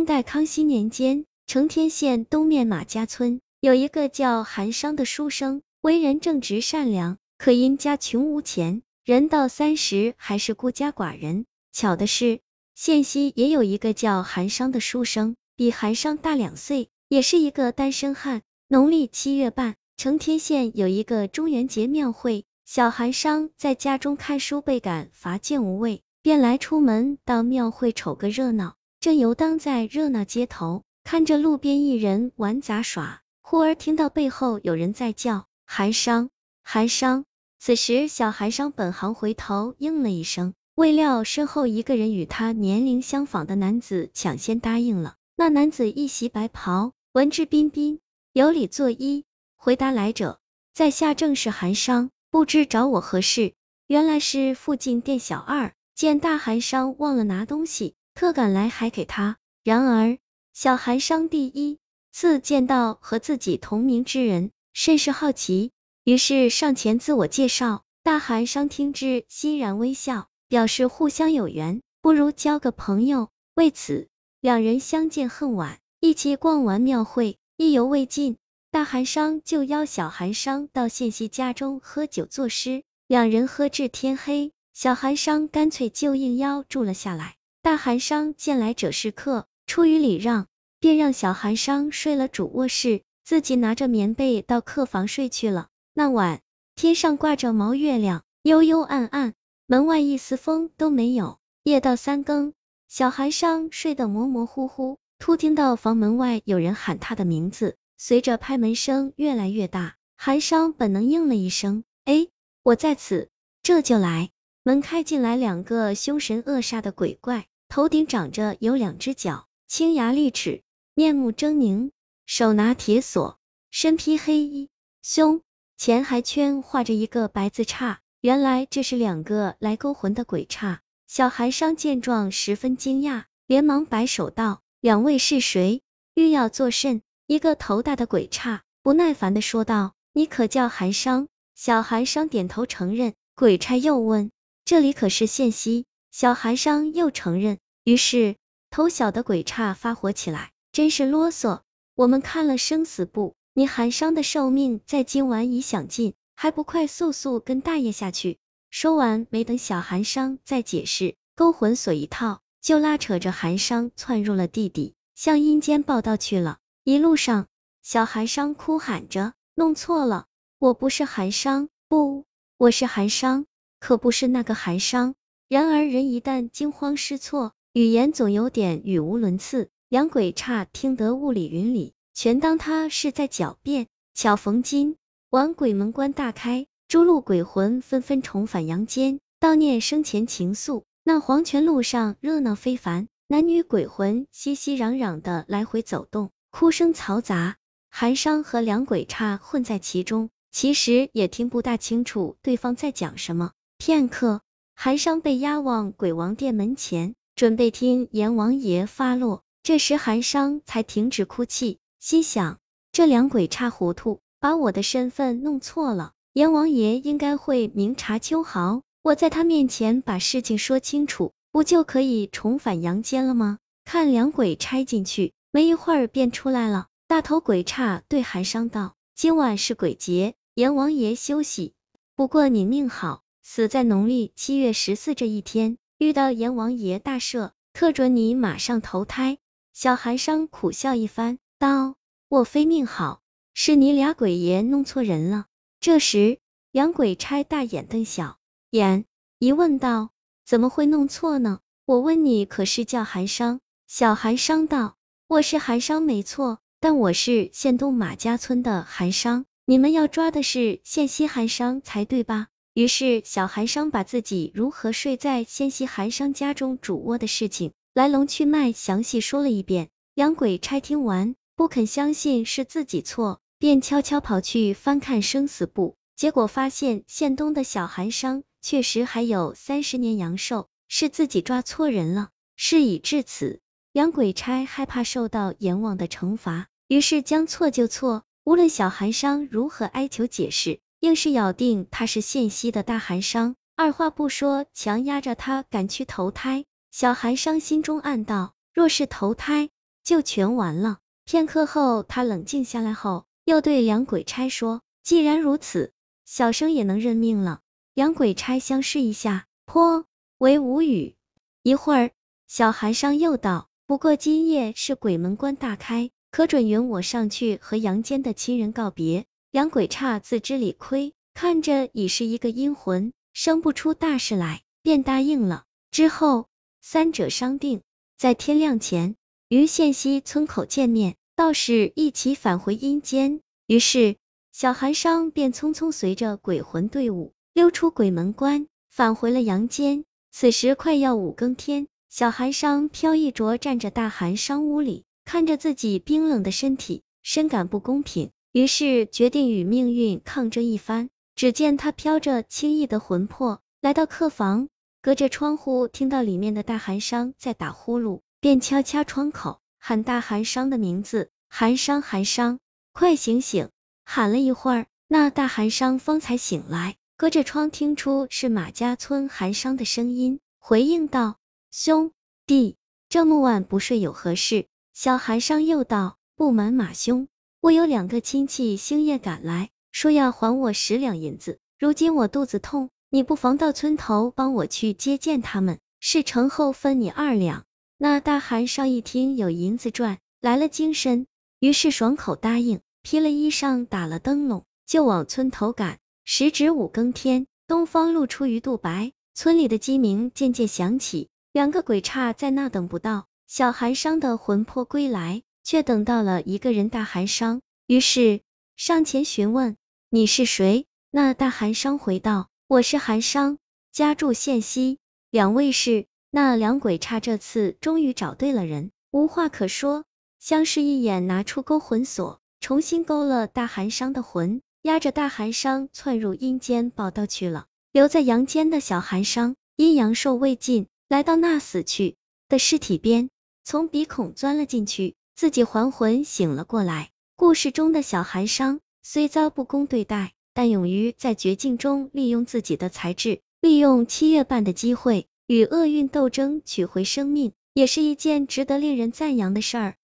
清代康熙年间，承天县东面马家村有一个叫韩商的书生，为人正直善良，可因家穷无钱，人到30还是孤家寡人。巧的是，县西也有一个叫韩商的书生，比韩商大2岁，也是一个单身汉。农历7月半，承天县有一个中元节庙会，小韩商在家中看书倍感乏倦无味，便来出门到庙会瞅个热闹。正游荡在热闹街头，看着路边一人玩杂耍，忽而听到背后有人在叫韩商，韩商。此时小韩商本行回头应了一声，未料身后一个人与他年龄相仿的男子抢先答应了。那男子一袭白袍，文质彬彬，有礼作揖，回答来者，在下正是韩商，不知找我何事。原来是附近店小二，见大韩商忘了拿东西，特赶来还给他。然而小韩商第一次见到和自己同名之人，甚是好奇，于是上前自我介绍。大韩商听之欣然微笑，表示互相有缘，不如交个朋友。为此两人相见恨晚，一起逛完庙会，意犹未尽，大韩商就邀小韩商到县西家中喝酒作诗，两人喝至天黑，小韩商干脆就应邀住了下来。大韩商见来者是客，出于礼让，便让小韩商睡了主卧室，自己拿着棉被到客房睡去了。那晚天上挂着毛月亮，幽幽暗暗，门外一丝风都没有。夜到3更，小韩商睡得模模糊糊，突听到房门外有人喊他的名字，随着拍门声越来越大，韩商本能应了一声，我在此，这就来。门开进来2个凶神恶煞的鬼怪，头顶长着有2只角，青牙利齿，面目狰狞，手拿铁锁，身披黑衣，胸前还圈画着一个白字叉。原来这是2个来勾魂的鬼叉。小韩商见状十分惊讶，连忙摆手道：“两位是谁？欲要作甚？”一个头大的鬼叉不耐烦的说道：“你可叫韩商？”小韩商点头承认。鬼差又问：“这里可是县西？”小韩商又承认。于是头小的鬼叉发火起来：“真是啰嗦！我们看了生死簿，你韩商的寿命在今晚已享尽，还不快速速跟大爷下去！”说完，没等小韩商再解释，勾魂锁一套，就拉扯着韩商窜入了地底，向阴间报道去了。一路上，小韩商哭喊着：“弄错了，我不是韩商，不，我是韩商，可不是那个韩商。”然而人一旦惊慌失措，语言总有点语无伦次，两鬼差听得雾里云里，全当他是在狡辩。巧逢今晚鬼门关大开，诸路鬼魂纷纷重返阳间，悼念生前情愫。那黄泉路上热闹非凡，男女鬼魂熙熙攘攘的来回走动，哭声嘈杂，韩商和两鬼差混在其中，其实也听不大清楚对方在讲什么。片刻，韩商被押往鬼王殿门前，准备听阎王爷发落。这时韩商才停止哭泣，心想：这两鬼差糊涂，把我的身份弄错了，阎王爷应该会明察秋毫，我在他面前把事情说清楚，不就可以重返阳间了吗？看两鬼差进去，没一会儿便出来了。大头鬼差对韩商道：今晚是鬼节，阎王爷休息，不过你命好，死在农历7月14这一天，遇到阎王爷大赦，特准你马上投胎。小韩商苦笑一番，道：我非命好，是你俩鬼爷弄错人了。这时两鬼差大眼瞪小眼，疑问道：怎么会弄错呢？我问你可是叫韩商？小韩商道：我是韩商没错，但我是县东马家村的韩商，你们要抓的是县西韩商才对吧？于是小韩商把自己如何睡在县西韩商家中主卧的事情来龙去脉详细说了一遍。两鬼差听完不肯相信是自己错，便悄悄跑去翻看生死簿，结果发现县东的小韩商确实还有30年阳寿，是自己抓错人了。事已至此，两鬼差害怕受到阎王的惩罚，于是将错就错，无论小韩商如何哀求解释，硬是咬定他是县西的大韩商，二话不说强压着他赶去投胎。小韩商心中暗道：若是投胎， 就全完了。片刻后，他冷静下来后，又对梁鬼差说，既然如此，小生也能认命了。梁鬼差相视一下，颇为无语。一会儿，小寒商又道，不过今夜是鬼门关大开，可准允我上去和阳间的亲人告别。梁鬼差自知理亏，看着已是一个阴魂，生不出大事来，便答应了。之后，三者商定，在天亮前于县西村口见面，到时一起返回阴间。于是，小寒商便匆匆随着鬼魂队伍溜出鬼门关，返回了阳间。此时快要5更天，小寒商飘逸着站在大寒商屋里，看着自己冰冷的身体，深感不公平，于是决定与命运抗争一番。只见他飘着轻易的魂魄来到客房，隔着窗户听到里面的大寒商在打呼噜，便敲敲窗口，喊大寒商的名字，寒商寒商，快醒醒。喊了一会儿，那大寒商方才醒来，隔着窗听出是马家村寒商的声音，回应道，兄弟，这么晚不睡有何事？小寒商又道，不瞒马兄，我有2个亲戚星夜赶来，说要还我10两银子，如今我肚子痛，你不妨到村头帮我去接见他们，事成后分你2两。那大寒商一听有银子赚，来了精神，于是爽口答应，披了衣裳，打了灯笼，就往村头赶。时值5更天，东方露出鱼肚白，村里的鸡鸣渐渐响起。2个鬼差在那等不到小寒商的魂魄归来，却等到了一个人大寒商，于是上前询问，你是谁？那大寒商回道，我是寒商，家住县西。2位是？那2鬼差这次终于找对了人，无话可说，相视一眼，拿出勾魂锁，重新勾了大寒商的魂，押着大寒商窜入阴间报道去了。留在阳间的小寒商因阳寿未尽，来到那死去的尸体边，从鼻孔钻了进去，自己还魂醒了过来。故事中的小寒商虽遭不公对待，但勇于在绝境中利用自己的才智，利用7月半的机会与厄运斗争，取回生命，也是一件值得令人赞扬的事儿。